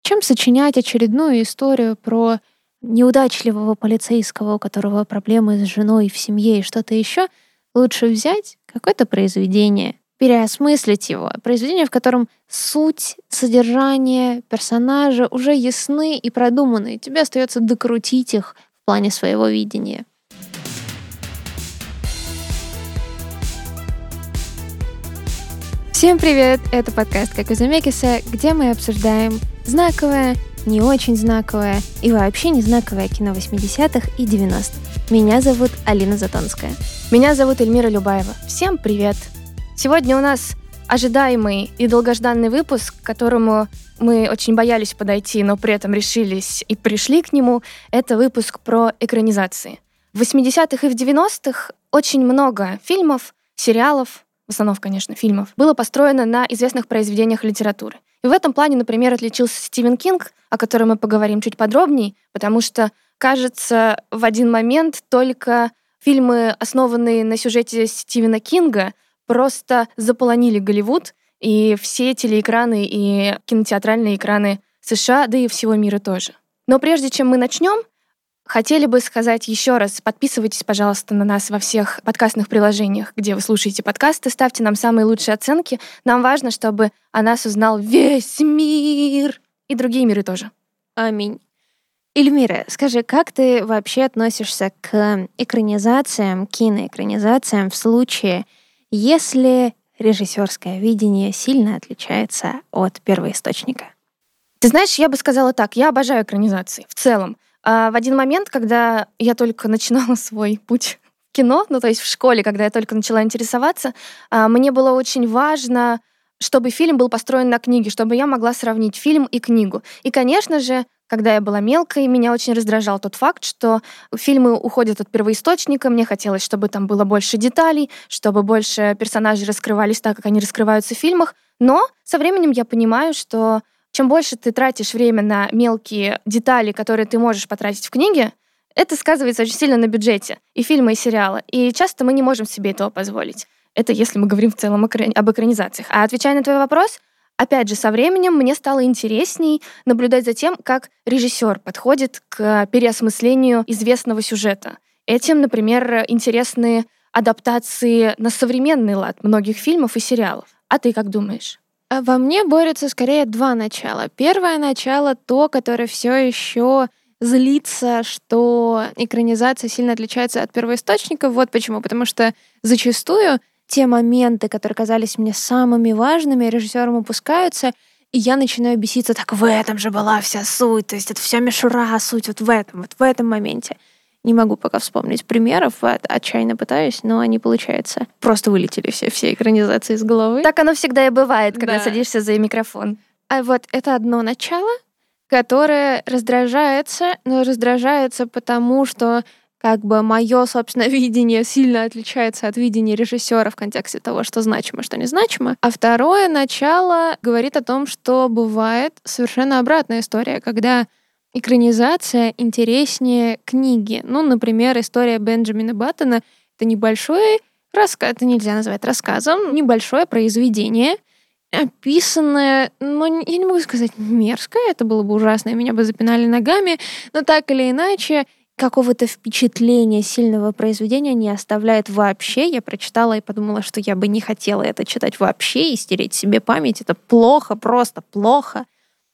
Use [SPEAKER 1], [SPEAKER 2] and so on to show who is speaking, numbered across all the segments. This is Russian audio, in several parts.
[SPEAKER 1] Зачем сочинять очередную историю про неудачливого полицейского, у которого проблемы с женой в семье и что-то еще? Лучше взять какое-то произведение, переосмыслить его. Произведение, в котором суть, содержание, персонажи уже ясны и продуманы. И тебе остается докрутить их в плане своего видения. Всем привет! Это подкаст «Как из Амекиса», где мы обсуждаем знаковое, не очень знаковое и вообще не знаковое кино 80-х и 90-х. Меня зовут Алина Затонская.
[SPEAKER 2] Меня зовут Эльмира Любаева. Всем привет! Сегодня у нас ожидаемый и долгожданный выпуск, к которому мы очень боялись подойти, но при этом решились и пришли к нему. Это выпуск про экранизации. В 80-х и в 90-х очень много фильмов, сериалов, в основном, конечно, фильмов, было построено на известных произведениях литературы. И в этом плане, например, отличился Стивен Кинг, о котором мы поговорим чуть подробнее, потому что, кажется, в один момент только фильмы, основанные на сюжете Стивена Кинга, просто заполонили Голливуд и все телеэкраны и кинотеатральные экраны США, да и всего мира тоже. Но прежде чем мы начнем, хотели бы сказать еще раз, подписывайтесь, пожалуйста, на нас во всех подкастных приложениях, где вы слушаете подкасты, ставьте нам самые лучшие оценки. Нам важно, чтобы о нас узнал весь мир и другие миры тоже.
[SPEAKER 1] Аминь. Эльмира, скажи, как ты вообще относишься к экранизациям, киноэкранизациям в случае, если режиссерское видение сильно отличается от первоисточника?
[SPEAKER 2] Ты знаешь, я бы сказала так, я обожаю экранизации в целом. В один момент, когда я только начинала свой путь в кино, то есть в школе, когда я только начала интересоваться, мне было очень важно, чтобы фильм был построен на книге, чтобы я могла сравнить фильм и книгу. И, конечно же, когда я была мелкой, меня очень раздражал тот факт, что фильмы уходят от первоисточника, мне хотелось, чтобы там было больше деталей, чтобы больше персонажей раскрывались так, как они раскрываются в фильмах. Но со временем я понимаю, что чем больше ты тратишь время на мелкие детали, которые ты можешь потратить в книге, это сказывается очень сильно на бюджете и фильма, и сериала. И часто мы не можем себе этого позволить. Это если мы говорим в целом об экранизациях. А отвечая на твой вопрос, опять же, со временем мне стало интересней наблюдать за тем, как режиссер подходит к переосмыслению известного сюжета. Этим, например, интересны адаптации на современный лад многих фильмов и сериалов. А ты как думаешь?
[SPEAKER 1] Во мне борются скорее два начала. Первое начало — то, которое все еще злится, что экранизация сильно отличается от первоисточника. Вот почему. Потому что зачастую те моменты, которые казались мне самыми важными, режиссером упускаются, и я начинаю беситься: так в этом же была вся суть, то есть это вся мишура, суть вот в этом моменте. Не могу пока вспомнить примеров, отчаянно пытаюсь, но не получается. Просто вылетели все экранизации из головы.
[SPEAKER 2] Так оно всегда и бывает, когда садишься за микрофон.
[SPEAKER 1] А вот это одно начало, которое раздражается, но раздражается потому, что как бы мое собственное видение сильно отличается от видения режиссера в контексте того, что значимо, что незначимо. А второе начало говорит о том, что бывает совершенно обратная история, когда экранизация интереснее книги. Например, история Бенджамина Баттона — это небольшой рассказ, это нельзя назвать рассказом, небольшое произведение, описанное, я не могу сказать мерзкое, это было бы ужасно, и меня бы запинали ногами, но так или иначе, какого-то впечатления сильного произведения не оставляет вообще. Я прочитала и подумала, что я бы не хотела это читать вообще и стереть себе память. Это плохо, просто плохо.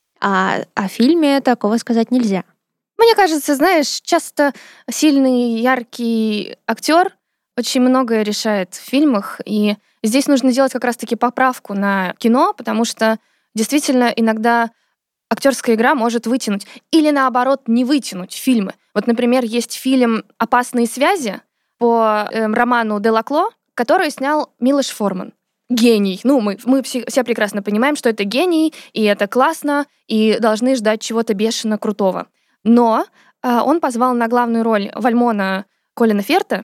[SPEAKER 1] А о фильме такого сказать нельзя.
[SPEAKER 2] Мне кажется, знаешь, часто сильный, яркий актер очень многое решает в фильмах, и здесь нужно делать как раз-таки поправку на кино, потому что действительно иногда актерская игра может вытянуть или, наоборот, не вытянуть фильмы. Вот, например, есть фильм «Опасные связи» по роману Делакло, который снял Милош Форман. Гений. Мы все прекрасно понимаем, что это гений, и это классно, и должны ждать чего-то бешено крутого. Но он позвал на главную роль Вальмона Колина Ферта,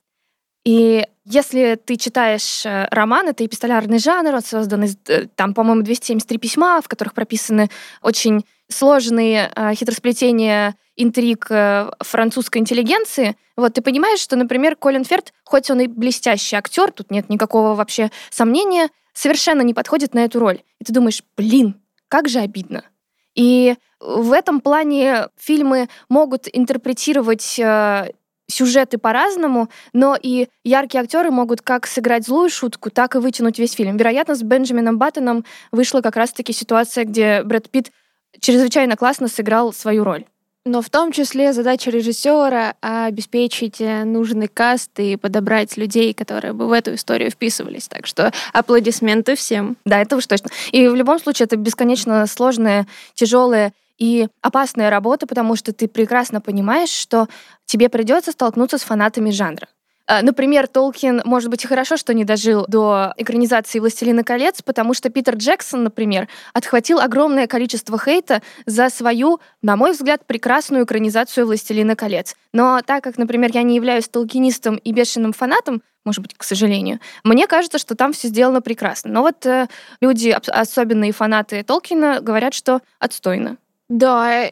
[SPEAKER 2] и если ты читаешь роман, это эпистолярный жанр, он создан из, там, по-моему, 273 письма, в которых прописаны очень сложные хитросплетения интриг французской интеллигенции. Вот, ты понимаешь, что, например, Колин Ферт, хоть он и блестящий актер, тут нет никакого вообще сомнения, совершенно не подходит на эту роль. И ты думаешь, как же обидно. И в этом плане фильмы могут интерпретировать сюжеты по-разному, но и яркие актеры могут как сыграть злую шутку, так и вытянуть весь фильм. Вероятно, с Бенджамином Баттоном вышла как раз-таки ситуация, где Брэд Питт чрезвычайно классно сыграл свою роль.
[SPEAKER 1] Но в том числе задача режиссера обеспечить нужный каст и подобрать людей, которые бы в эту историю вписывались. Так что аплодисменты всем.
[SPEAKER 2] Да, это уж точно. И в любом случае это бесконечно сложная, тяжелая и опасная работа, потому что ты прекрасно понимаешь, что тебе придется столкнуться с фанатами жанра. Например, Толкин, может быть, и хорошо, что не дожил до экранизации «Властелина колец», потому что Питер Джексон, например, отхватил огромное количество хейта за свою, на мой взгляд, прекрасную экранизацию «Властелина колец». Но так как, например, я не являюсь толкинистом и бешеным фанатом, может быть, к сожалению, мне кажется, что там все сделано прекрасно. Но вот люди, особенные фанаты Толкина, говорят, что отстойно.
[SPEAKER 1] Да,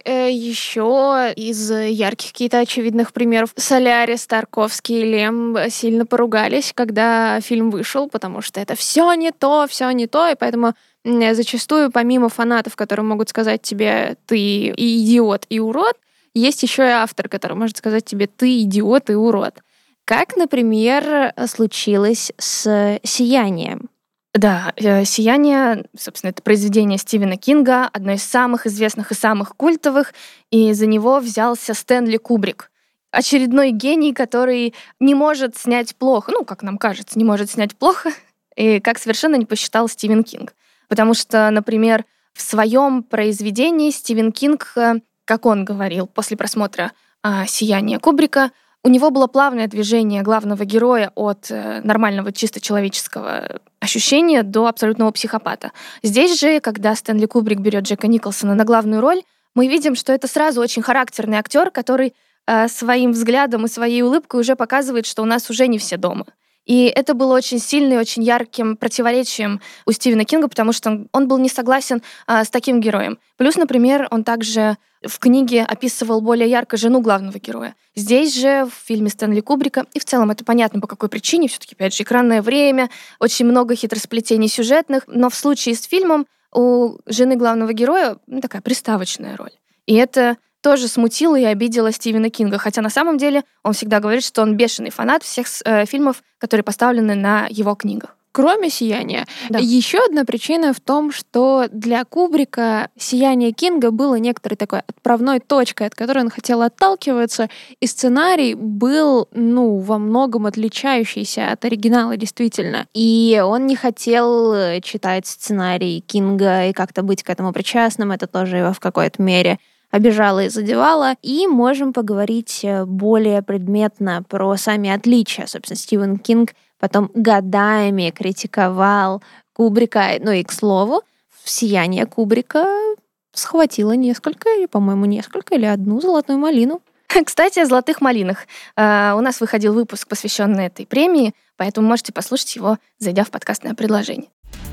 [SPEAKER 1] еще из ярких каких-то очевидных примеров Солярис, Тарковский и Лем сильно поругались, когда фильм вышел, потому что это все не то, и поэтому зачастую помимо фанатов, которые могут сказать тебе «ты и идиот, и урод», есть еще и автор, который может сказать тебе «ты идиот и урод». Как, например, случилось с «Сиянием».
[SPEAKER 2] Да, «Сияние», собственно, это произведение Стивена Кинга, одно из самых известных и самых культовых, и за него взялся Стэнли Кубрик. Очередной гений, который не может снять плохо, как нам кажется, не может снять плохо, и как совершенно не посчитал Стивен Кинг. Потому что, например, в своем произведении Стивен Кинг, как он говорил после просмотра «Сияния» Кубрика, у него было плавное движение главного героя от нормального чисто человеческого ощущения до абсолютного психопата. Здесь же, когда Стэнли Кубрик берет Джека Николсона на главную роль, мы видим, что это сразу очень характерный актер, который своим взглядом и своей улыбкой уже показывает, что у нас уже не все дома. И это было очень сильным, очень ярким противоречием у Стивена Кинга, потому что он был не согласен с таким героем. Плюс, например, он также в книге описывал более ярко жену главного героя. Здесь же, в фильме Стэнли Кубрика, и в целом это понятно, по какой причине, все-таки, опять же, экранное время, очень много хитросплетений сюжетных, но в случае с фильмом у жены главного героя такая приставочная роль. И это тоже смутило и обидело Стивена Кинга, хотя на самом деле он всегда говорит, что он бешеный фанат всех фильмов, которые поставлены на его книгах.
[SPEAKER 1] Кроме «Сияния».
[SPEAKER 2] Да.
[SPEAKER 1] Еще одна причина в том, что для Кубрика «Сияние» Кинга было некоторой такой отправной точкой, от которой он хотел отталкиваться, и сценарий был, во многом отличающийся от оригинала, действительно. И он не хотел читать сценарий Кинга и как-то быть к этому причастным, это тоже его в какой-то мере обижало и задевало. И можем поговорить более предметно про сами отличия. Собственно, Стивен Кинг потом годами критиковал Кубрика. И, к слову, в «Сияние» Кубрика схватило несколько или одну золотую малину.
[SPEAKER 2] Кстати, о «Золотых малинах». У нас выходил выпуск, посвященный этой премии, поэтому можете послушать его, зайдя в подкастное предложение.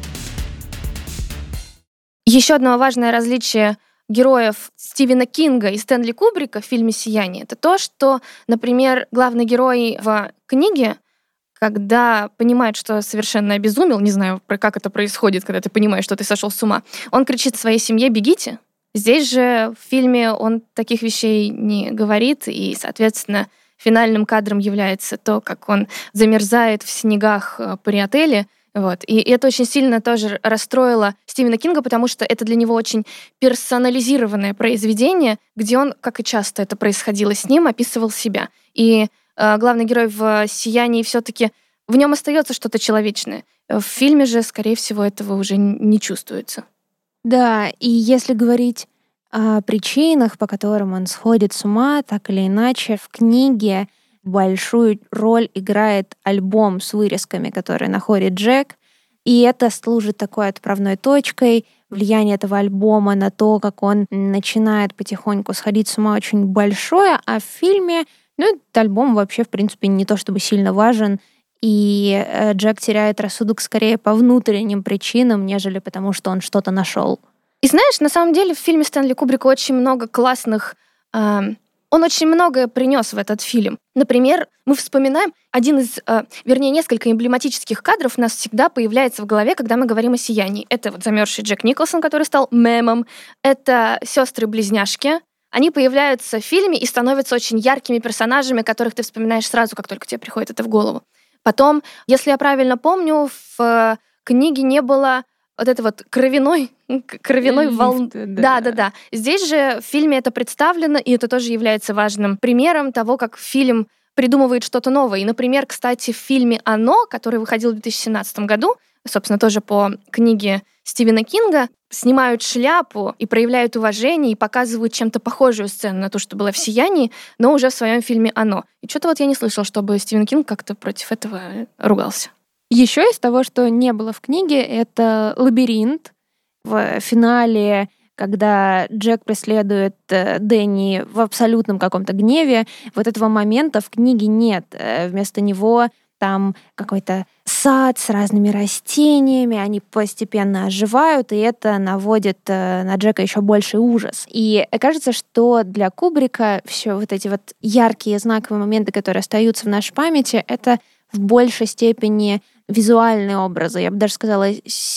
[SPEAKER 2] Еще одно важное различие героев Стивена Кинга и Стэнли Кубрика в фильме «Сияние» — это то, что, например, главный герой в книге, когда понимает, что совершенно обезумел, не знаю, как это происходит, когда ты понимаешь, что ты сошел с ума, он кричит своей семье «бегите». Здесь же в фильме он таких вещей не говорит, и, соответственно, финальным кадром является то, как он замерзает в снегах при отеле. И это очень сильно тоже расстроило Стивена Кинга, потому что это для него очень персонализированное произведение, где он, как и часто это происходило с ним, описывал себя. И главный герой в «Сиянии» все-таки в нем остается что-то человечное. В фильме же, скорее всего, этого уже не чувствуется.
[SPEAKER 1] Да, и если говорить о причинах, по которым он сходит с ума, так или иначе, в книге большую роль играет альбом с вырезками, который находит Джек, и это служит такой отправной точкой. Влияние этого альбома на то, как он начинает потихоньку сходить с ума, очень большое, а в фильме этот альбом вообще, в принципе, не то чтобы сильно важен, и Джек теряет рассудок скорее по внутренним причинам, нежели потому, что он что-то нашел.
[SPEAKER 2] И знаешь, на самом деле в фильме Стэнли Кубрика очень много классных Он очень многое принес в этот фильм. Например, мы вспоминаем несколько эмблематических кадров у нас всегда появляется в голове, когда мы говорим о «Сиянии». Это вот замерзший Джек Николсон, который стал мемом. Это сестры-близняшки. Они появляются в фильме и становятся очень яркими персонажами, которых ты вспоминаешь сразу, как только тебе приходит это в голову. Потом, если я правильно помню, в книге не было вот это вот кровяной волны. Да. Здесь же в фильме это представлено, и это тоже является важным примером того, как фильм придумывает что-то новое. И, например, кстати, в фильме «Оно», который выходил в 2017 году, собственно, тоже по книге Стивена Кинга, снимают шляпу и проявляют уважение, и показывают чем-то похожую сцену на то, что было в «Сиянии», но уже в своем фильме «Оно». И что-то вот я не слышала, чтобы Стивен Кинг как-то против этого ругался.
[SPEAKER 1] Еще из того, что не было в книге, это лабиринт. В финале, когда Джек преследует Дэнни в абсолютном каком-то гневе, вот этого момента в книге нет. Вместо него там какой-то сад с разными растениями, они постепенно оживают, и это наводит на Джека еще больший ужас. И кажется, что для Кубрика все вот эти вот яркие знаковые моменты, которые остаются в нашей памяти, это в большей степени визуальные образы, я бы даже сказала,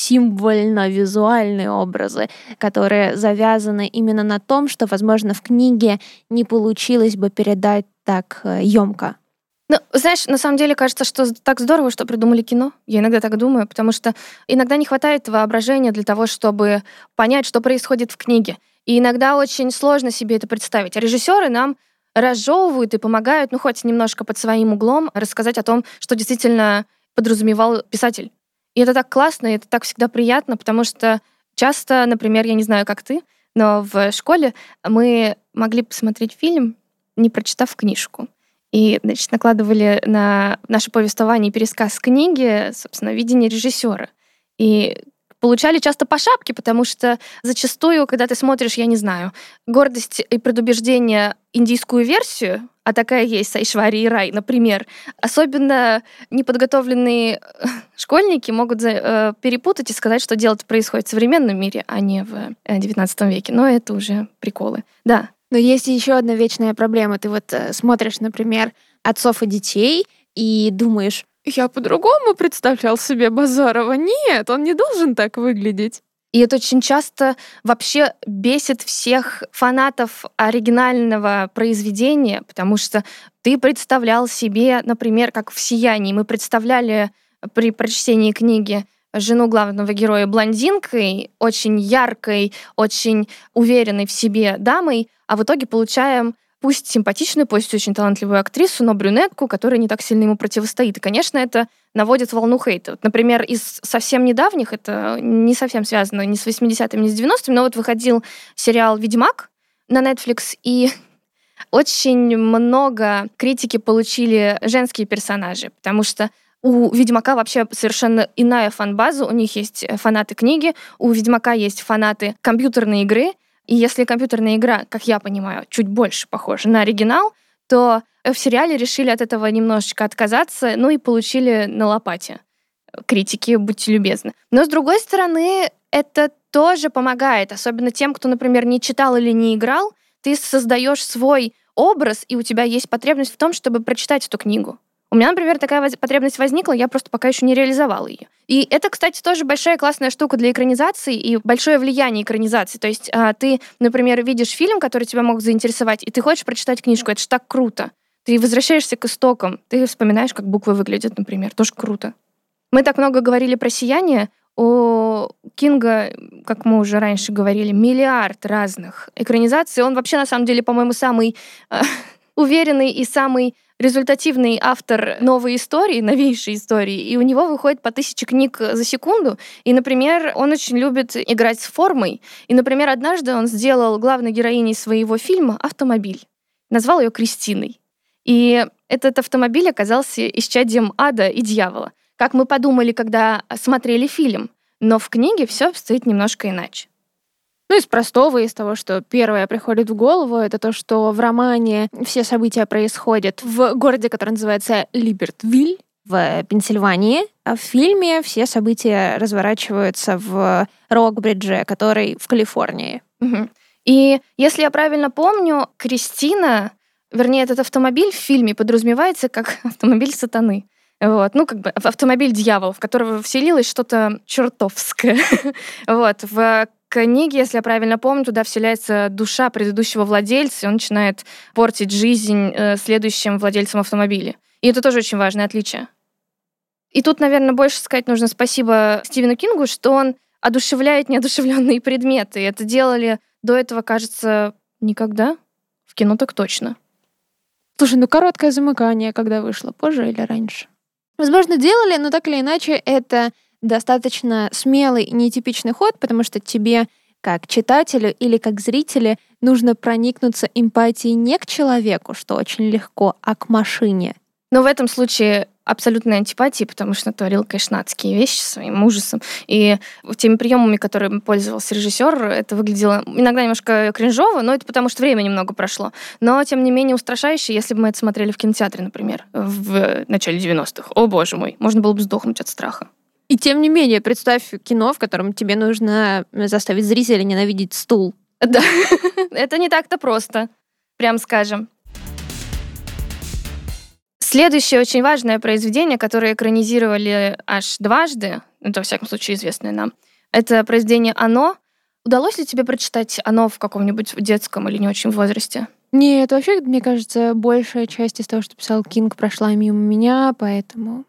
[SPEAKER 1] символьно-визуальные образы, которые завязаны именно на том, что, возможно, в книге не получилось бы передать так ёмко.
[SPEAKER 2] Ну, знаешь, на самом деле кажется, что так здорово, что придумали кино. Я иногда так думаю, потому что иногда не хватает воображения для того, чтобы понять, что происходит в книге. И иногда очень сложно себе это представить. А режиссеры нам разжевывают и помогают, хоть немножко под своим углом, рассказать о том, что действительно подразумевал писатель. И это так классно, и это так всегда приятно, потому что часто, например, я не знаю, как ты, но в школе мы могли посмотреть фильм, не прочитав книжку. И, значит, накладывали на наше повествование и пересказ книги, собственно, видение режиссера. И получали часто по шапке, потому что зачастую, когда ты смотришь, я не знаю, «Гордость и предубеждение» индийскую версию, а такая есть с Айшварьей Рай, например, особенно неподготовленные школьники могут перепутать и сказать, что дело-то происходит в современном мире, а не в XIX веке. Но это уже приколы. Да.
[SPEAKER 1] Но есть еще одна вечная проблема. Ты вот смотришь, например, «Отцов и детей» и думаешь, я по-другому представлял себе Базарова. Нет, он не должен так выглядеть.
[SPEAKER 2] И это очень часто вообще бесит всех фанатов оригинального произведения, потому что ты представлял себе, например, как в «Сиянии». Мы представляли при прочтении книги жену главного героя блондинкой, очень яркой, очень уверенной в себе дамой, а в итоге получаем пусть симпатичную, пусть очень талантливую актрису, но брюнетку, которая не так сильно ему противостоит. И, конечно, это наводит волну хейта. Вот, например, из совсем недавних, это не совсем связано ни с 80-ми, ни с 90-ми, но вот выходил сериал «Ведьмак» на Netflix, и очень много критики получили женские персонажи, потому что у «Ведьмака» вообще совершенно иная фан-база. У них есть фанаты книги, у «Ведьмака» есть фанаты компьютерной игры. И если компьютерная игра, как я понимаю, чуть больше похожа на оригинал, то в сериале решили от этого немножечко отказаться, и получили на лопате. Критики, будьте любезны. Но, с другой стороны, это тоже помогает, особенно тем, кто, например, не читал или не играл. Ты создаешь свой образ, и у тебя есть потребность в том, чтобы прочитать эту книгу. У меня, например, такая потребность возникла, я просто пока еще не реализовала ее. И это, кстати, тоже большая классная штука для экранизации и большое влияние экранизации. То есть ты, например, видишь фильм, который тебя мог заинтересовать, и ты хочешь прочитать книжку. Это ж так круто. Ты возвращаешься к истокам, ты вспоминаешь, как буквы выглядят, например. Тоже круто. Мы так много говорили про «Сияние». У Кинга, как мы уже раньше говорили, миллиард разных экранизаций. Он вообще, на самом деле, по-моему, самый уверенный и самый результативный автор новой истории, новейшей истории, и у него выходит по 1000 книг за секунду. И, например, он очень любит играть с формой. И, например, однажды он сделал главной героиней своего фильма автомобиль. Назвал ее Кристиной. И этот автомобиль оказался исчадием ада и дьявола. Как мы подумали, когда смотрели фильм. Но в книге все обстоит немножко иначе.
[SPEAKER 1] Из простого, из того, что первое приходит в голову, это то, что в романе все события происходят в городе, который называется Либертвиль в Пенсильвании, а в фильме все события разворачиваются в Рокбридже, который в Калифорнии.
[SPEAKER 2] Угу. И если я правильно помню, Кристина Вернее, этот автомобиль в фильме подразумевается как автомобиль сатаны. Вот. Ну, как бы автомобиль дьявола, в которого вселилось что-то чертовское. Вот. В книге, если я правильно помню, туда вселяется душа предыдущего владельца, и он начинает портить жизнь следующим владельцам автомобиля. И это тоже очень важное отличие. И тут, наверное, больше сказать нужно спасибо Стивену Кингу, что он одушевляет неодушевленные предметы. И это делали до этого, кажется, никогда. В кино так точно.
[SPEAKER 1] Слушай, ну короткое замыкание, когда вышло, позже или раньше? Возможно, делали, но так или иначе это достаточно смелый и нетипичный ход, потому что тебе, как читателю или как зрителю, нужно проникнуться эмпатией не к человеку, что очень легко, а к машине.
[SPEAKER 2] Но в этом случае абсолютной антипатии, потому что творил, конечно, адские вещи своим ужасом. И теми приемами, которыми пользовался режиссер, это выглядело иногда немножко кринжово, но это потому что время немного прошло. Но, тем не менее, устрашающе, если бы мы это смотрели в кинотеатре, например, в начале 90-х. О, боже мой, можно было бы сдохнуть от страха.
[SPEAKER 1] И тем не менее, представь кино, в котором тебе нужно заставить зрителя ненавидеть стул.
[SPEAKER 2] Да, это не так-то просто, прям скажем. Следующее очень важное произведение, которое экранизировали аж дважды, это, во всяком случае, известное нам, это произведение «Оно». Удалось ли тебе прочитать «Оно» в каком-нибудь детском или не очень возрасте?
[SPEAKER 1] Нет, вообще, мне кажется, большая часть из того, что писал Кинг, прошла мимо меня, поэтому...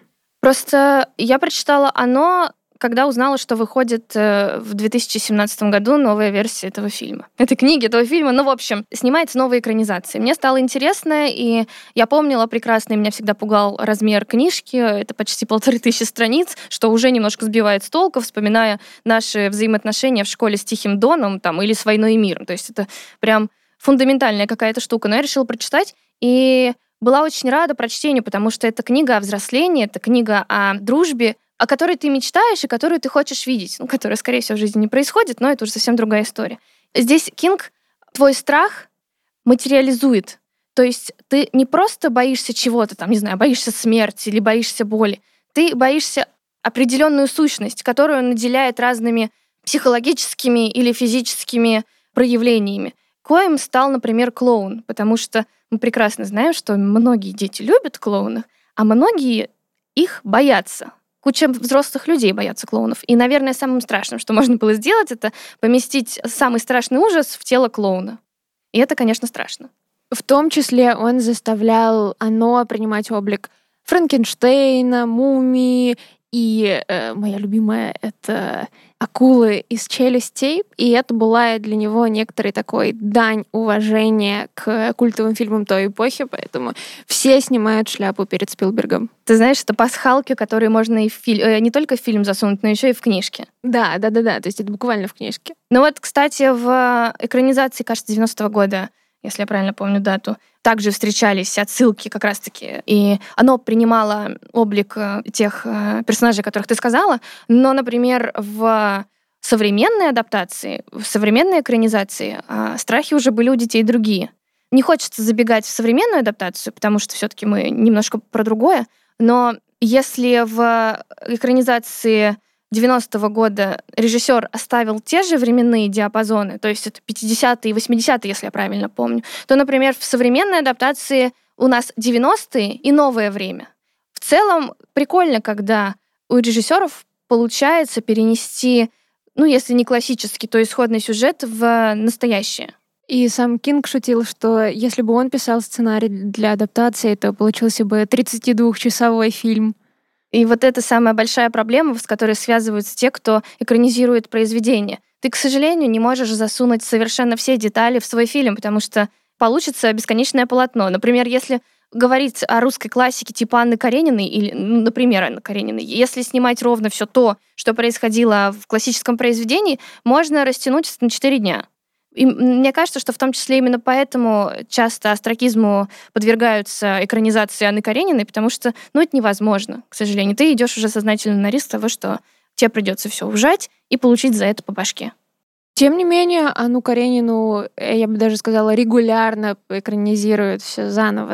[SPEAKER 2] Просто я прочитала «Оно», когда узнала, что выходит в 2017 году новая версия этого фильма. Этой книги, этого фильма. Ну, в общем, снимается новая экранизация. Мне стало интересно, и я помнила прекрасно, и меня всегда пугал размер книжки. Это почти 1500 страниц, что уже немножко сбивает с толку, вспоминая наши взаимоотношения в школе с Тихим Доном там, или с «Войной и миром». То есть это прям фундаментальная какая-то штука. Но я решила прочитать, и была очень рада прочтению, потому что это книга о взрослении, это книга о дружбе, о которой ты мечтаешь и которую ты хочешь видеть, ну, которая, скорее всего, в жизни не происходит, но это уже совсем другая история. Здесь Кинг твой страх материализует. То есть ты не просто боишься чего-то, там, не знаю, боишься смерти или боишься боли, ты боишься определенную сущность, которую он наделяет разными психологическими или физическими проявлениями. Коим стал, например, клоун, потому что мы прекрасно знаем, что многие дети любят клоунов, а многие их боятся. Куча взрослых людей боятся клоунов. И, наверное, самым страшным, что можно было сделать, это поместить самый страшный ужас в тело клоуна. И это, конечно, страшно.
[SPEAKER 1] В том числе он заставлял «Оно» принимать облик Франкенштейна, мумии и моя любимая — это акулы из «Челюстей». И это была для него некоторой такой дань уважения к культовым фильмам той эпохи, поэтому все снимают шляпу перед Спилбергом.
[SPEAKER 2] Ты знаешь, это пасхалки, которые можно и в не только в фильм засунуть, но еще и в книжки.
[SPEAKER 1] Да. То есть это буквально в книжке.
[SPEAKER 2] Ну вот, кстати, в экранизации, кажется, 90-го года, если я правильно помню дату, также встречались отсылки как раз-таки, и оно принимало облик тех персонажей, которых ты сказала, но, например, в современной адаптации, в современной экранизации страхи уже были у детей другие. Не хочется забегать в современную адаптацию, потому что все-таки мы немножко про другое, но если в экранизации 90-го года режиссер оставил те же временные диапазоны, то есть это 50-е и 80-е, если я правильно помню, то, например, в современной адаптации у нас 90-е и новое время. В целом прикольно, когда у режиссеров получается перенести, ну, если не классический, то исходный сюжет в настоящее.
[SPEAKER 1] И сам Кинг шутил, что если бы он писал сценарий для адаптации, то получился бы 32-часовой фильм.
[SPEAKER 2] И вот это самая большая проблема, с которой связываются те, кто экранизирует произведение. Ты, к сожалению, не можешь засунуть совершенно все детали в свой фильм, потому что получится бесконечное полотно. Например, если говорить о русской классике типа Анны Карениной, или, например, Анны Карениной, если снимать ровно все то, что происходило в классическом произведении, можно растянуть на 4 дня. И мне кажется, что в том числе именно поэтому часто остракизму подвергаются экранизации Анны Карениной, потому что, это невозможно, к сожалению. Ты идешь уже сознательно на риск того, что тебе придется все ужать и получить за это по башке.
[SPEAKER 1] Тем не менее, Анну Каренину, я бы даже сказала, регулярно экранизируют все заново.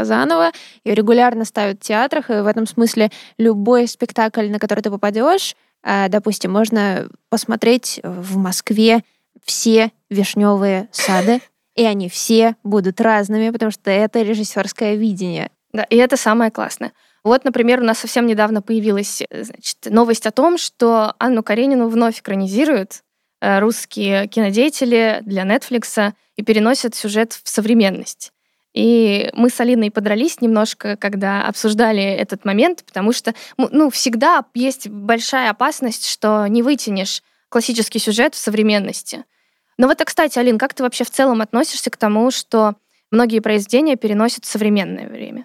[SPEAKER 1] Ее регулярно ставят в театрах, и в этом смысле любой спектакль, на который ты попадешь, допустим, можно посмотреть в Москве все «Вишневые сады». И они все будут разными, потому что это режиссерское видение.
[SPEAKER 2] Да, и это самое классное. Вот, например, у нас совсем недавно появилась, новость о том, что Анну Каренину вновь экранизируют русские кинодеятели для Netflix и переносят сюжет в современность. И мы с Алиной подрались немножко, когда обсуждали этот момент, потому что всегда есть большая опасность, что не вытянешь классический сюжет в современности. Но вот, кстати, Алин, как ты вообще в целом относишься к тому, что многие произведения переносят в современное время?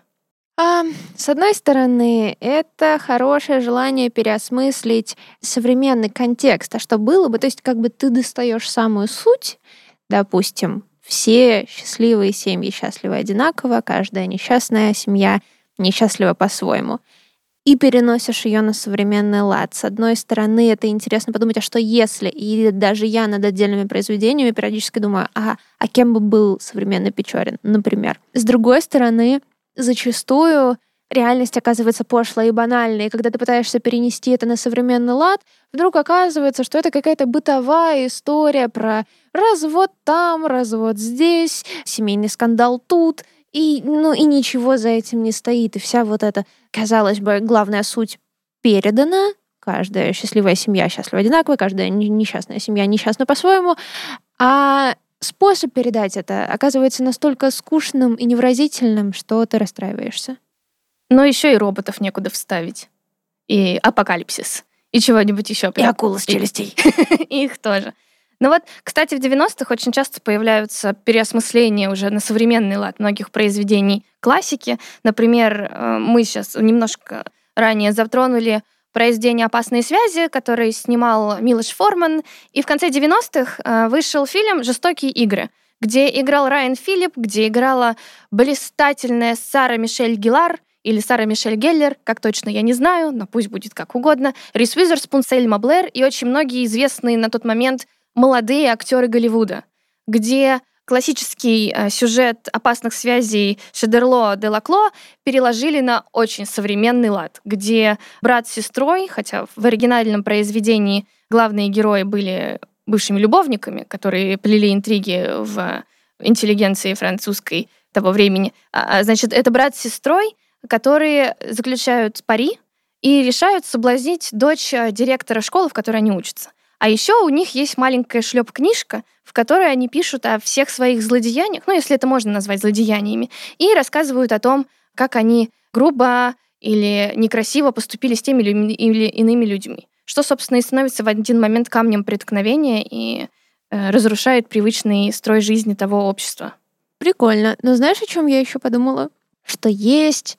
[SPEAKER 1] С одной стороны, это хорошее желание переосмыслить современный контекст. А что было бы? То есть как бы ты достаешь самую суть, допустим, все счастливые семьи счастливы одинаково, каждая несчастная семья несчастлива по-своему. И переносишь ее на современный лад. С одной стороны, это интересно подумать, а что если? И даже я над отдельными произведениями периодически думаю, а кем бы был современный Печорин, например. С другой стороны, зачастую реальность оказывается пошлой и банальной. И когда ты пытаешься перенести это на современный лад, вдруг оказывается, что это какая-то бытовая история про развод там, развод здесь, семейный скандал тут, и ничего за этим не стоит. И вся вот эта, казалось бы, главная суть передана. Каждая счастливая семья счастлива одинаково, каждая несчастная семья несчастна по-своему. А способ передать это оказывается настолько скучным и невыразительным, что ты расстраиваешься.
[SPEAKER 2] Но еще и роботов некуда вставить. И апокалипсис. И чего-нибудь еще.
[SPEAKER 1] И акулы с челюстей.
[SPEAKER 2] И их тоже. Ну вот, кстати, в 90-х очень часто появляются переосмысления уже на современный лад многих произведений классики. Например, мы сейчас немножко ранее затронули произведение «Опасные связи», который снимал Милош Форман. И в конце 90-х вышел фильм «Жестокие игры», где играл Райан Филипп, где играла блистательная Сара Мишель Геллар, или Сара Мишель Геллер, как точно я не знаю, но пусть будет как угодно, Риз Уизерспун, Сельма Блэр и очень многие известные на тот момент молодые актеры Голливуда, где классический сюжет «Опасных связей» Шедерло де Лакло переложили на очень современный лад, где брат с сестрой, хотя в оригинальном произведении главные герои были бывшими любовниками, которые плели интриги в интеллигенции французской того времени, значит, это брат с сестрой, которые заключают пари и решают соблазнить дочь директора школы, в которой они учатся. А еще у них есть маленькая шлеп-книжка, в которой они пишут о всех своих злодеяниях, если это можно назвать злодеяниями, и рассказывают о том, как они грубо или некрасиво поступили с теми или иными людьми. Что, собственно, и становится в один момент камнем преткновения и разрушает привычный строй жизни того общества.
[SPEAKER 1] Прикольно. Но знаешь, о чем я еще подумала? Что есть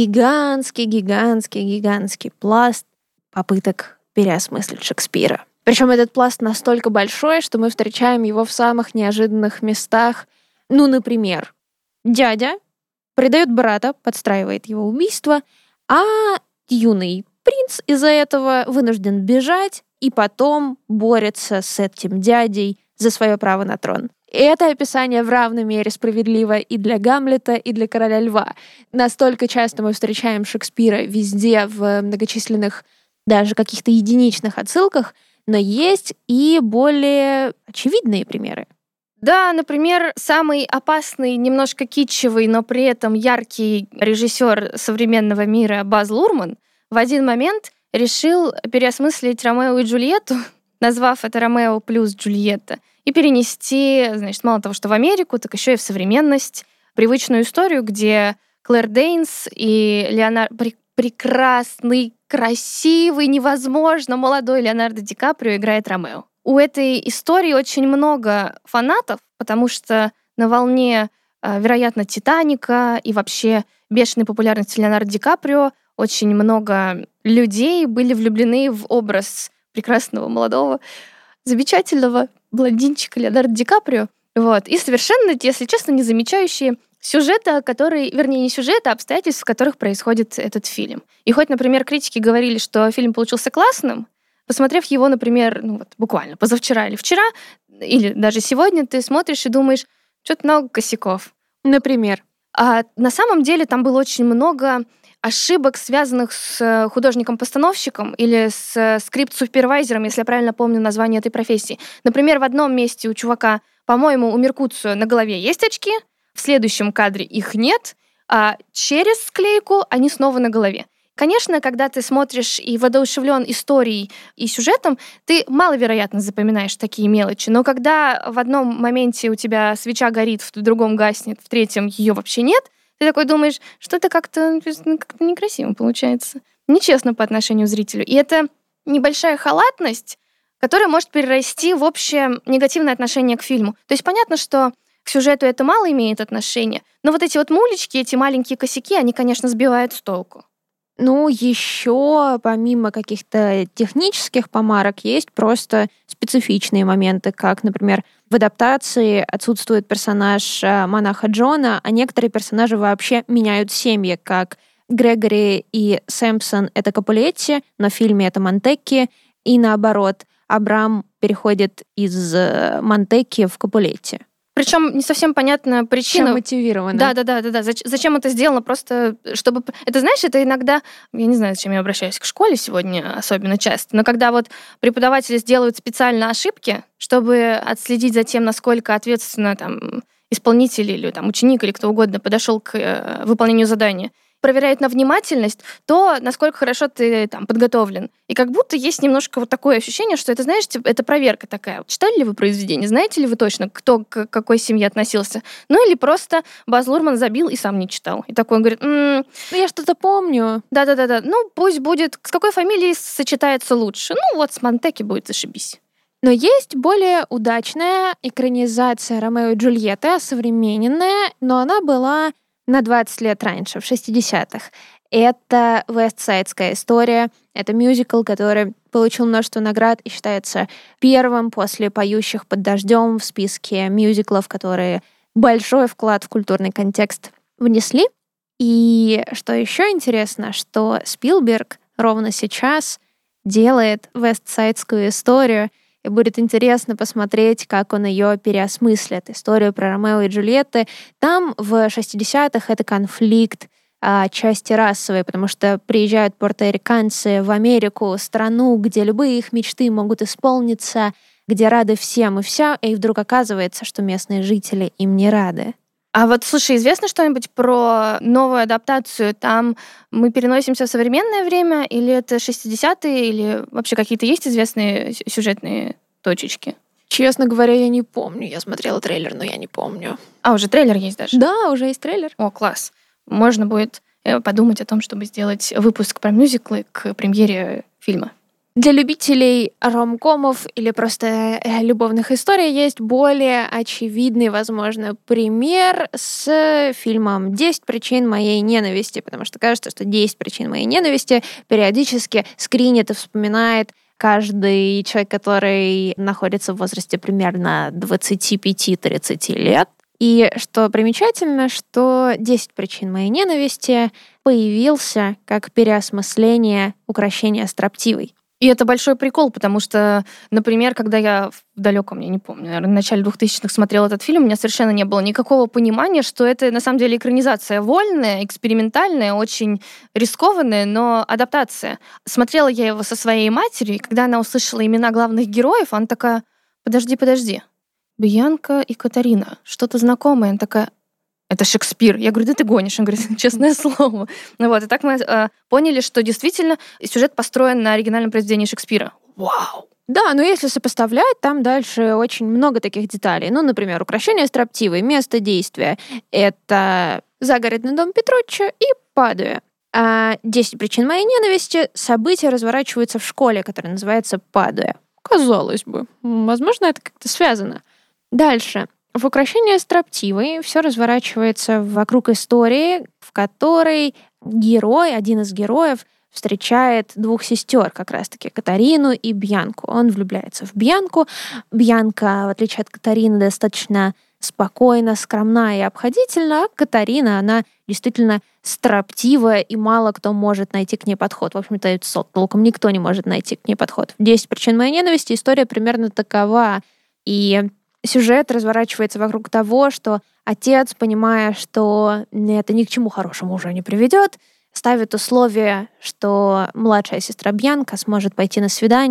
[SPEAKER 1] гигантский пласт попыток переосмыслить Шекспира. Причем этот пласт настолько большой, что мы встречаем его в самых неожиданных местах. Например, дядя предает брата, подстраивает его убийство, а юный принц из-за этого вынужден бежать и потом борется с этим дядей за свое право на трон. И это описание в равной мере справедливо и для Гамлета, и для Короля Льва. Настолько часто мы встречаем Шекспира везде, в многочисленных, даже каких-то единичных отсылках, но есть и более очевидные примеры.
[SPEAKER 2] Да, например, самый опасный, немножко китчевый, но при этом яркий режиссер современного мира Баз Лурман в один момент решил переосмыслить Ромео и Джульетту, назвав это Ромео плюс Джульетта, и перенести, значит, мало того, что в Америку, так еще и в современность, привычную историю, где Клэр Дейнс и прекрасный, красивый, невозможно молодой Леонардо Ди Каприо играет Ромео. У этой истории очень много фанатов, потому что на волне, вероятно, «Титаника» и вообще бешеной популярности Леонардо Ди Каприо очень много людей были влюблены в образ прекрасного, молодого, замечательного блондинчика Леонардо Ди Каприо. И совершенно, если честно, не замечающие сюжета, не сюжета, а обстоятельств, в которых происходит этот фильм. И хоть, например, критики говорили, что фильм получился классным, посмотрев его, например, буквально позавчера или вчера, или даже сегодня, ты смотришь и думаешь, что-то много косяков.
[SPEAKER 1] Например?
[SPEAKER 2] А на самом деле там было очень много ошибок, связанных с художником-постановщиком или с скрипт-супервайзером, если я правильно помню название этой профессии. Например, в одном месте у чувака По-моему, у Меркуцио на голове есть очки, в следующем кадре их нет, а через склейку они снова на голове. Конечно, когда ты смотришь и воодушевлен историей и сюжетом, ты маловероятно запоминаешь такие мелочи. Но когда в одном моменте у тебя свеча горит, в другом гаснет, в третьем ее вообще нет, ты такой думаешь, что это как-то некрасиво получается. Нечестно по отношению к зрителю. И это небольшая халатность, которая может перерасти в общее негативное отношение к фильму. То есть понятно, что к сюжету это мало имеет отношения, но вот эти вот мулечки, эти маленькие косяки, они, конечно, сбивают с толку.
[SPEAKER 1] Ну, еще помимо каких-то технических помарок есть просто специфичные моменты, как, например, в адаптации отсутствует персонаж монаха Джона, а некоторые персонажи вообще меняют семьи, как Грегори и Сэмпсон — это Капулетти, но в фильме это Монтекки, и наоборот, Абрам переходит из Монтекки в Капулетти.
[SPEAKER 2] Причем не совсем понятна причина.
[SPEAKER 1] Чем мотивировано.
[SPEAKER 2] Да. Зачем это сделано? Просто чтобы... Это, знаешь, это иногда... Я не знаю, зачем я обращаюсь к школе сегодня особенно часто, но когда вот преподаватели сделают специально ошибки, чтобы отследить за тем, насколько ответственно там исполнитель или там ученик или кто угодно подошел к выполнению задания, проверяет на внимательность, то насколько хорошо ты там подготовлен. И как будто есть немножко вот такое ощущение, что это, знаешь, это проверка такая. Читали ли вы произведение? Знаете ли вы точно, кто к какой семье относился? Ну или просто Баз Лурман забил и сам не читал. И такой он говорит,
[SPEAKER 1] Ну, я что-то помню.
[SPEAKER 2] Да. Ну, пусть будет. С какой фамилией сочетается лучше? Ну, вот с Монтекки будет, зашибись.
[SPEAKER 1] Но есть более удачная экранизация Ромео и Джульетты, осовремененная, но она была на 20 лет раньше, в 60-х. Это «Вестсайдская история». Это мюзикл, который получил множество наград и считается первым после «Поющих под дождем» в списке мюзиклов, которые большой вклад в культурный контекст внесли. И что еще интересно, что Спилберг ровно сейчас делает «Вестсайдскую историю», и будет интересно посмотреть, как он ее переосмыслит. Историю про Ромео и Джульетты. Там в 60-х это конфликт части расовой, потому что приезжают пуэрториканцы в Америку, страну, где любые их мечты могут исполниться, где рады всем и вся, и вдруг оказывается, что местные жители им не рады.
[SPEAKER 2] А вот, слушай, известно что-нибудь про новую адаптацию? Там мы переносимся в современное время, или это 60-е, или вообще какие-то есть известные сюжетные точечки?
[SPEAKER 1] Честно говоря, я не помню. Я смотрела трейлер, но я не помню.
[SPEAKER 2] А, уже трейлер есть даже?
[SPEAKER 1] Да, уже есть трейлер.
[SPEAKER 2] О, класс. Можно будет подумать о том, чтобы сделать выпуск про мюзиклы к премьере фильма.
[SPEAKER 1] Для любителей ромкомов или просто любовных историй есть более очевидный, возможно, пример с фильмом «10 причин моей ненависти», потому что кажется, что «10 причин моей ненависти» периодически скринит и вспоминает каждый человек, который находится в возрасте примерно 25-30 лет. И что примечательно, что «10 причин моей ненависти» появился как переосмысление укрощения строптивой.
[SPEAKER 2] И это большой прикол, потому что, например, когда я в далеком, я не помню, наверное, в начале 2000-х смотрела этот фильм, у меня совершенно не было никакого понимания, что это на самом деле экранизация вольная, экспериментальная, очень рискованная, но адаптация. Смотрела я его со своей матерью, и когда она услышала имена главных героев, она такая, подожди, Бьянка и Катарина, что-то знакомое. Она такая, это Шекспир. Я говорю, да ты гонишь. Он говорит, честное слово. Ну вот, и так мы поняли, что действительно сюжет построен на оригинальном произведении Шекспира. Вау!
[SPEAKER 1] Да, но если сопоставлять, там дальше очень много таких деталей. Ну, например, укрощение строптивой, место действия — это загородный дом Петруччо и Падуя. А 10 причин моей ненависти — события разворачиваются в школе, которая называется Падуя. Казалось бы, возможно, это как-то связано. Дальше. В «Укрощении строптивой» все разворачивается вокруг истории, в которой герой, один из героев, встречает двух сестер, как раз-таки Катарину и Бьянку. Он влюбляется в Бьянку. Бьянка, в отличие от Катарины, достаточно спокойна, скромна и обходительна, а Катарина, она действительно строптивая, и мало кто может найти к ней подход. В общем-то, толком никто не может найти к ней подход. В «10 причин моей ненависти» история примерно такова. И сюжет разворачивается вокруг того, что отец, понимая, что это ни к чему хорошему уже не приведет, ставит условие, что младшая сестра Бьянка сможет пойти на свидание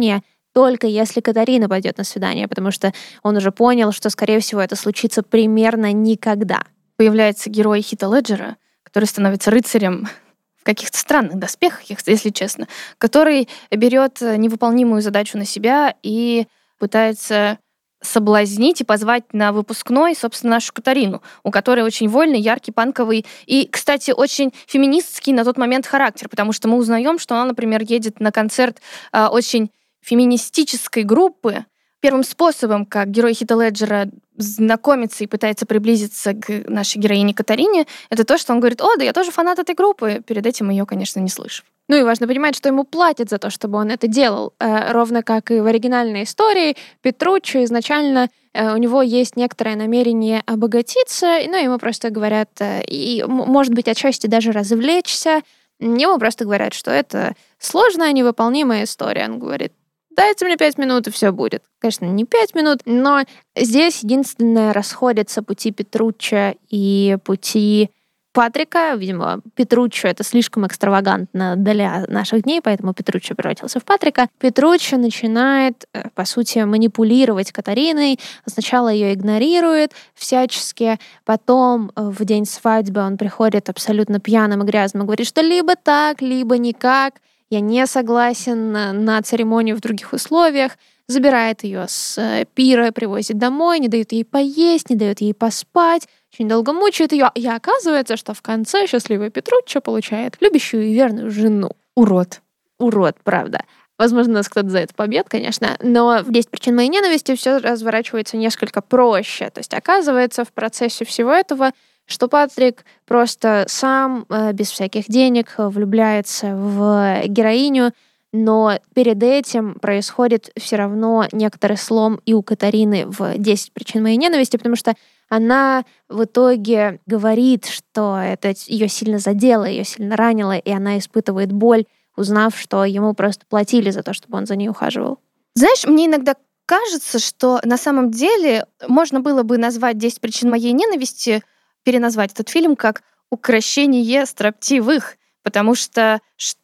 [SPEAKER 1] только если Катарина пойдет на свидание, потому что он уже понял, что, скорее всего, это случится примерно никогда.
[SPEAKER 2] Появляется герой Хита Леджера, который становится рыцарем в каких-то странных доспехах, если честно, который берет невыполнимую задачу на себя и пытается соблазнить и позвать на выпускной, собственно, нашу Катарину, у которой очень вольный, яркий, панковый и, кстати, очень феминистский на тот момент характер, потому что мы узнаем, что она, например, едет на концерт очень феминистической группы. Первым способом, как герой Хита Леджера знакомится и пытается приблизиться к нашей героине Катарине, это то, что он говорит: «О, да я тоже фанат этой группы», перед этим ее, конечно, не слышав.
[SPEAKER 1] Ну и важно понимать, что ему платят за то, чтобы он это делал. Ровно как и в оригинальной истории, Петруччо изначально у него есть некоторое намерение обогатиться, ну ему просто говорят, и, может быть, отчасти даже развлечься. Ему просто говорят, что это сложная, невыполнимая история. Он говорит: дайте мне 5 минут, и все будет. Конечно, не 5 минут, но здесь единственное расходятся пути Петруччо и пути Патрика. Видимо, Петруччо — это слишком экстравагантно для наших дней, поэтому Петруччо превратился в Патрика. Петруччо начинает, по сути, манипулировать Катариной. Сначала ее игнорирует всячески, потом в день свадьбы он приходит абсолютно пьяным и грязным и говорит, что либо так, либо никак. Я не согласен на церемонию в других условиях. Забирает ее с пира, привозит домой, не дает ей поесть, не дает ей поспать, очень долго мучает ее. И оказывается, что в конце счастливый Петруччо получает любящую и верную жену.
[SPEAKER 2] Урод.
[SPEAKER 1] Урод, правда. Возможно, нас кто-то за это побьет, конечно, но в «10 причин моей ненависти» все разворачивается несколько проще. То есть оказывается в процессе всего этого, что Патрик просто сам, без всяких денег, влюбляется в героиню, но перед этим происходит все равно некоторый слом и у Катарины в «10 причин моей ненависти», потому что она в итоге говорит, что это ее сильно задело, ее сильно ранило, и она испытывает боль, узнав, что ему просто платили за то, чтобы он за ней ухаживал.
[SPEAKER 2] Знаешь, мне иногда кажется, что на самом деле можно было бы назвать «10 причин моей ненависти», переназвать этот фильм как «Укрощение строптивых», потому что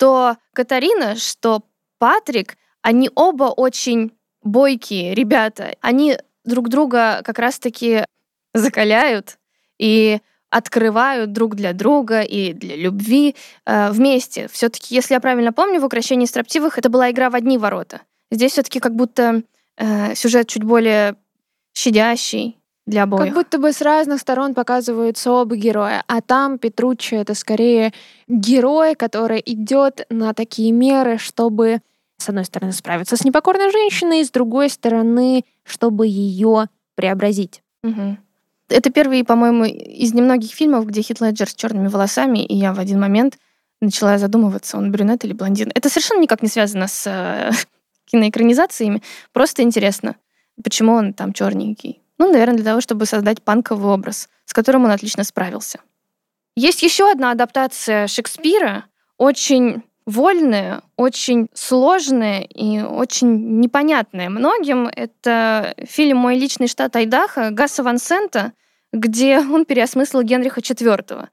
[SPEAKER 2] Катарина, что Патрик, они оба очень бойкие ребята. Они друг друга как раз-таки закаляют и открывают друг для друга и для любви вместе. Все-таки, если я правильно помню, в «Укрощении строптивых» это была игра в одни ворота. Здесь все-таки как будто сюжет чуть более щадящий для обоих.
[SPEAKER 1] Как будто бы с разных сторон показываются оба героя, а там Петруччо — это скорее герой, который идет на такие меры, чтобы, с одной стороны, справиться с непокорной женщиной, с другой стороны, чтобы ее преобразить.
[SPEAKER 2] Угу. Это первый, по-моему, из немногих фильмов, где Хит Леджер с черными волосами, и я в один момент начала задумываться, он брюнет или блондин. Это совершенно никак не связано с киноэкранизациями, просто интересно, почему он там черненький. Ну, наверное, для того, чтобы создать панковый образ, с которым он отлично справился. Есть еще одна адаптация Шекспира, очень вольная, очень сложная и очень непонятная многим. Это фильм «Мой личный штат Айдахо» Гаса Ван Сента, где он переосмыслил Генриха IV.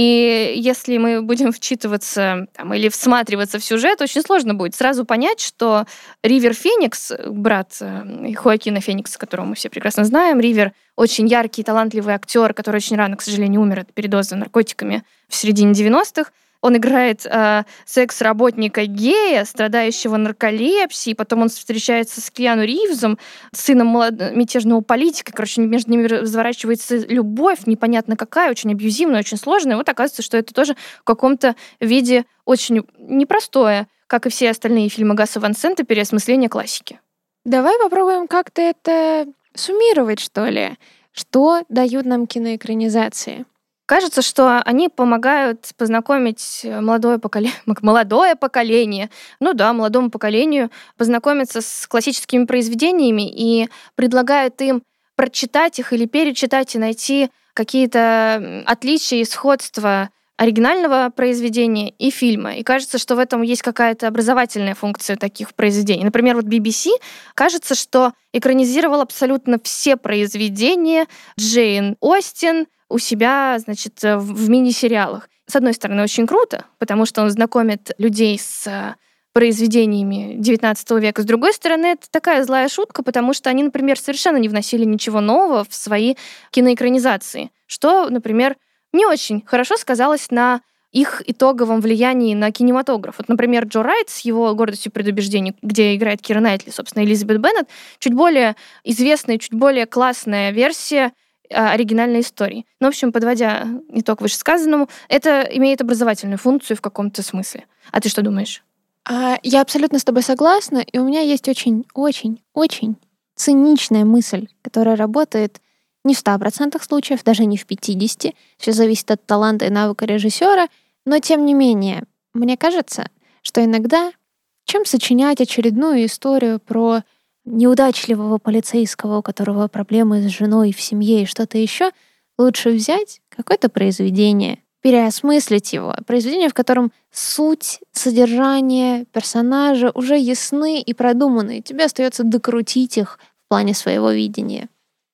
[SPEAKER 2] И если мы будем вчитываться или всматриваться в сюжет, очень сложно будет сразу понять, что Ривер Феникс, брат Хоакина Феникса, которого мы все прекрасно знаем, Ривер очень яркий, талантливый актер, который очень рано, к сожалению, умер от передоза наркотиками в середине 90-х. Он играет секс-работника гея, страдающего нарколепсией, потом он встречается с Киану Ривзом, сыном мятежного политика. Короче, между ними разворачивается любовь, непонятно какая, очень абьюзивная, очень сложная. И вот оказывается, что это тоже в каком-то виде очень непростое, как и все остальные фильмы Гаса Ван Сента, переосмысление классики.
[SPEAKER 1] Давай попробуем как-то это суммировать, что ли. Что дают нам киноэкранизации?
[SPEAKER 2] Кажется, что они помогают познакомить молодое поколение, молодому поколению познакомиться с классическими произведениями и предлагают им прочитать их или перечитать и найти какие-то отличия и сходства оригинального произведения и фильма. И кажется, что в этом есть какая-то образовательная функция таких произведений. Например, вот BBC, кажется, что экранизировал абсолютно все произведения Джейн Остин у себя, в мини-сериалах. С одной стороны, очень круто, потому что он знакомит людей с произведениями XIX века. С другой стороны, это такая злая шутка, потому что они, например, совершенно не вносили ничего нового в свои киноэкранизации, что, например, не очень хорошо сказалось на их итоговом влиянии на кинематограф. Вот, например, Джо Райт с его «Гордостью и предубеждением», где играет Кира Найтли, собственно, Элизабет Беннет, чуть более известная, чуть более классная версия оригинальной истории. Ну, в общем, подводя итог вышесказанному, это имеет образовательную функцию в каком-то смысле. А ты что думаешь?
[SPEAKER 1] Я абсолютно с тобой согласна, и у меня есть очень циничная мысль, которая работает не в 100% случаев, даже не в 50%. Все зависит от таланта и навыка режиссера, но тем не менее, мне кажется, что иногда, чем сочинять очередную историю про неудачливого полицейского, у которого проблемы с женой в семье и что-то еще, лучше взять какое-то произведение, переосмыслить его. Произведение, в котором суть, содержание, персонажа уже ясны и продуманы. Тебе остается докрутить их в плане своего видения.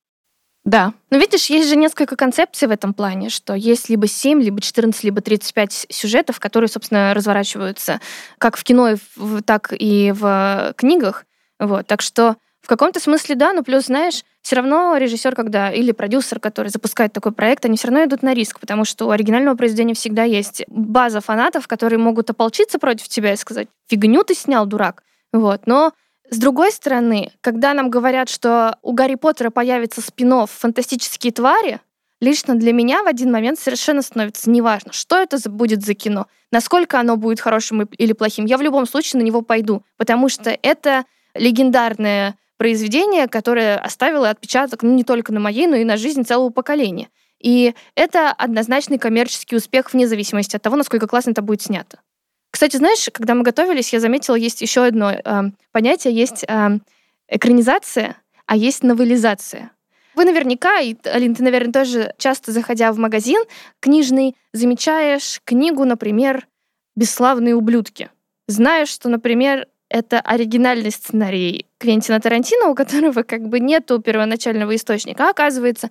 [SPEAKER 2] Да. Но видишь, есть же несколько концепций в этом плане, что есть либо 7, либо 14, либо 35 сюжетов, которые, собственно, разворачиваются как в кино, так и в книгах. Вот. Так что в каком-то смысле да, но плюс, знаешь, все равно режиссер, когда или продюсер, который запускает такой проект, они все равно идут на риск, потому что у оригинального произведения всегда есть база фанатов, которые могут ополчиться против тебя и сказать: «Фигню ты снял, дурак». Вот. Но с другой стороны, когда нам говорят, что у Гарри Поттера появится спин-офф «Фантастические твари», лично для меня в один момент совершенно становится неважно, что это будет за кино, насколько оно будет хорошим или плохим. Я в любом случае на него пойду, потому что это легендарное произведение, которое оставило отпечаток не только на моей, но и на жизнь целого поколения. И это однозначный коммерческий успех вне зависимости от того, насколько классно это будет снято. Кстати, знаешь, когда мы готовились, я заметила, есть еще одно понятие, есть экранизация, а есть новелизация. Вы наверняка, и, Алин, ты, наверное, тоже часто, заходя в магазин книжный, замечаешь книгу, например, «Бесславные ублюдки». Знаешь, что, например, это оригинальный сценарий Квентина Тарантино, у которого как бы нету первоначального источника. А оказывается,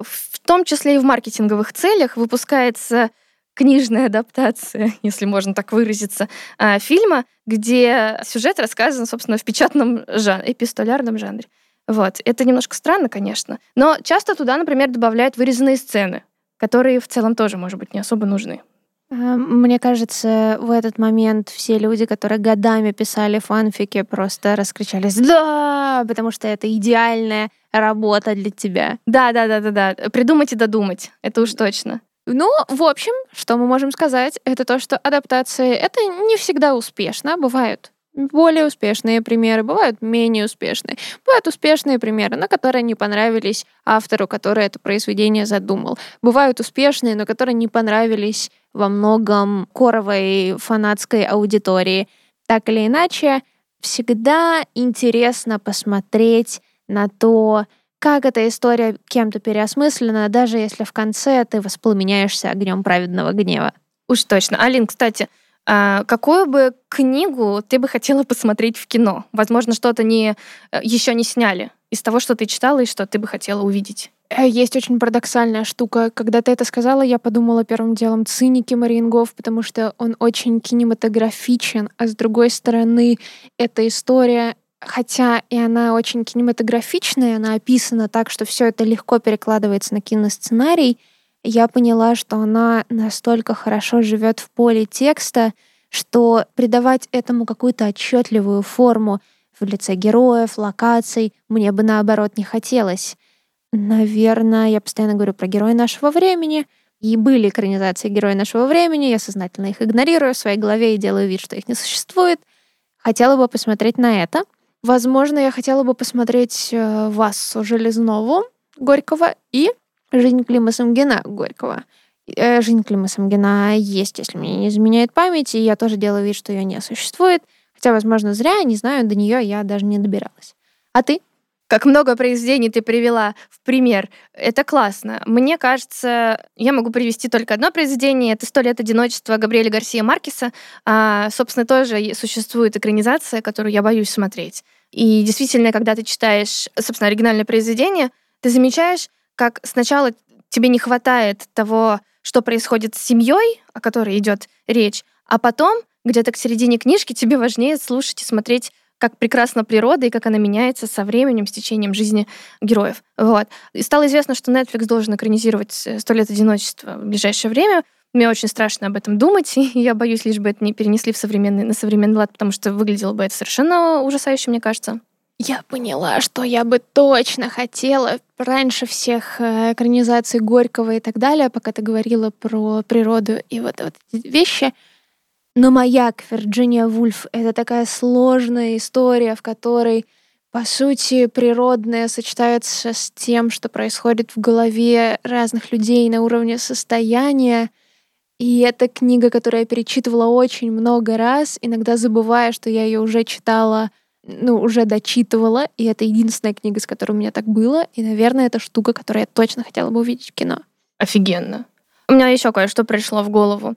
[SPEAKER 2] в том числе и в маркетинговых целях выпускается книжная адаптация, если можно так выразиться, фильма, где сюжет рассказан, собственно, в печатном эпистолярном жанре. Вот. Это немножко странно, конечно. Но часто туда, например, добавляют вырезанные сцены, которые в целом тоже, может быть, не особо нужны.
[SPEAKER 1] Мне кажется, в этот момент все люди, которые годами писали фанфики, просто раскричались «Да!», потому что это идеальная работа для тебя.
[SPEAKER 2] Да. Придумать и додумать. Это уж точно.
[SPEAKER 1] Ну, в общем, что мы можем сказать, это то, что адаптации — это не всегда успешно. Бывают более успешные примеры, бывают менее успешные. Бывают успешные примеры, но которые не понравились автору, который это произведение задумал. Бывают успешные, но которые не понравились во многом коровой фанатской аудитории. Так или иначе, всегда интересно посмотреть на то, как эта история кем-то переосмыслена, даже если в конце ты воспламеняешься огнем праведного гнева.
[SPEAKER 2] Уж точно. Алин, кстати, какую бы книгу ты бы хотела посмотреть в кино? Возможно, что-то еще не сняли из того, что ты читала и что ты бы хотела увидеть.
[SPEAKER 1] Есть очень парадоксальная штука. Когда ты это сказала, я подумала первым делом «Циники» Мариенгоф, потому что он очень кинематографичен, а с другой стороны, эта история, хотя и она очень кинематографичная, она описана так, что все это легко перекладывается на киносценарий, я поняла, что она настолько хорошо живет в поле текста, что придавать этому какую-то отчетливую форму в лице героев, локаций мне бы наоборот не хотелось. Наверное, я постоянно говорю про «Герои нашего времени», и были экранизации «Герои нашего времени», я сознательно их игнорирую в своей голове и делаю вид, что их не существует. Хотела бы посмотреть на это. Возможно, я хотела бы посмотреть «Вассу Железнову» Горького и «Жизнь Клима Самгина» Горького. «Жизнь Клима Самгина» есть, если мне не изменяет память, и я тоже делаю вид, что ее не существует. Хотя, возможно, зря, не знаю, до нее я даже не добиралась. А ты?
[SPEAKER 2] Как много произведений ты привела в пример. Это классно. Мне кажется, я могу привести только одно произведение. Это «100 лет одиночества» Габриэля Гарсия Маркеса. Собственно, тоже существует экранизация, которую я боюсь смотреть. И действительно, когда ты читаешь, собственно, оригинальное произведение, ты замечаешь, как сначала тебе не хватает того, что происходит с семьей, о которой идет речь, а потом где-то к середине книжки тебе важнее слушать и смотреть, как прекрасна природа и как она меняется со временем, с течением жизни героев. Вот. И стало известно, что Netflix должен экранизировать «100 лет одиночества» в ближайшее время. Мне очень страшно об этом думать, и я боюсь, лишь бы это не перенесли на современный лад, потому что выглядело бы это совершенно ужасающе, мне кажется.
[SPEAKER 1] Я поняла, что я бы точно хотела раньше всех экранизаций Горького и так далее, пока ты говорила про природу и вот эти вещи. Но «Маяк» Вирджиния Вульф — это такая сложная история, в которой, по сути, природное сочетается с тем, что происходит в голове разных людей на уровне состояния. И это книга, которую я перечитывала очень много раз, иногда забывая, что я ее уже читала, уже дочитывала, и это единственная книга, с которой у меня так было, и, наверное, это штука, которую я точно хотела бы увидеть в кино.
[SPEAKER 2] Офигенно. У меня еще кое-что пришло в голову.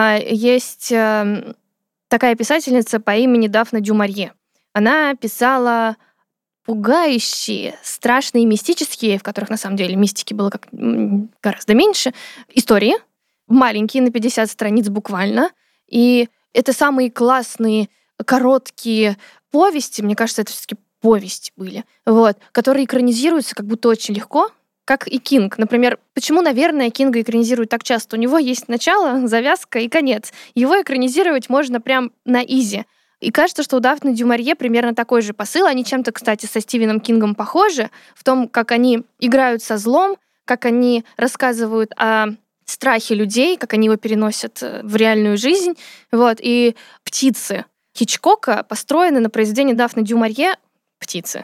[SPEAKER 2] Есть такая писательница по имени Дафна Дю-Марье. Она писала пугающие, страшные, мистические, в которых, на самом деле, мистики было гораздо меньше, истории, маленькие, на 50 страниц буквально. И это самые классные, короткие повести, мне кажется, это все-таки повести были, которые экранизируются как будто очень легко, как и Кинг. Например, почему, наверное, Кинга экранизируют так часто? У него есть начало, завязка и конец. Его экранизировать можно прям на изи. И кажется, что у Дафны Дю-Марье примерно такой же посыл. Они чем-то, кстати, со Стивеном Кингом похожи в том, как они играют со злом, как они рассказывают о страхе людей, как они его переносят в реальную жизнь. И «Птицы» Хичкока построены на произведении Дафны Дю-Марье «Птицы».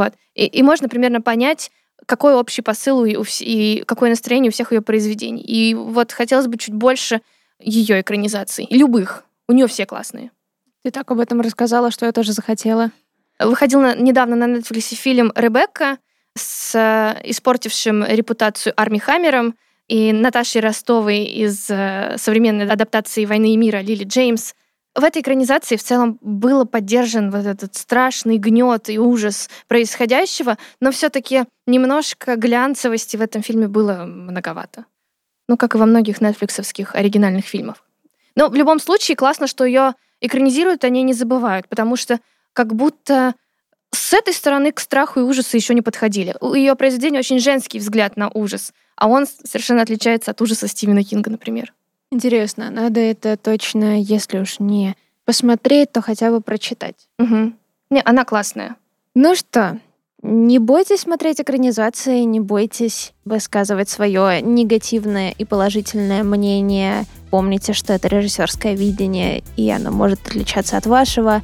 [SPEAKER 2] И можно примерно понять, какой общий посыл и какое настроение у всех ее произведений. И хотелось бы чуть больше ее экранизаций. Любых. У нее все классные.
[SPEAKER 1] Ты так об этом рассказала, что я тоже захотела.
[SPEAKER 2] Выходил недавно на Netflix фильм «Ребекка» с испортившим репутацию Арми Хаммером и Наташей Ростовой из современной адаптации «Войны и мира» Лили Джеймс. В этой экранизации в целом был поддержан этот страшный гнет и ужас происходящего, но все-таки немножко глянцевости в этом фильме было многовато. Как и во многих нетфликсовских оригинальных фильмах. Но в любом случае классно, что ее экранизируют, они не забывают, потому что как будто с этой стороны к страху и ужасу еще не подходили. У ее произведения очень женский взгляд на ужас, а он совершенно отличается от ужаса Стивена Кинга, например.
[SPEAKER 1] Интересно, надо это точно, если уж не посмотреть, то хотя бы прочитать.
[SPEAKER 2] Угу. Не, она классная.
[SPEAKER 1] Ну что, не бойтесь смотреть экранизации, не бойтесь высказывать свое негативное и положительное мнение. Помните, что это режиссерское видение, и оно может отличаться от вашего.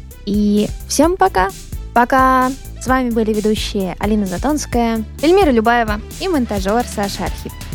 [SPEAKER 1] И всем пока!
[SPEAKER 2] Пока!
[SPEAKER 1] С вами были ведущие Алина Затонская,
[SPEAKER 2] Эльмира Любаева
[SPEAKER 1] и монтажер Саша Архип.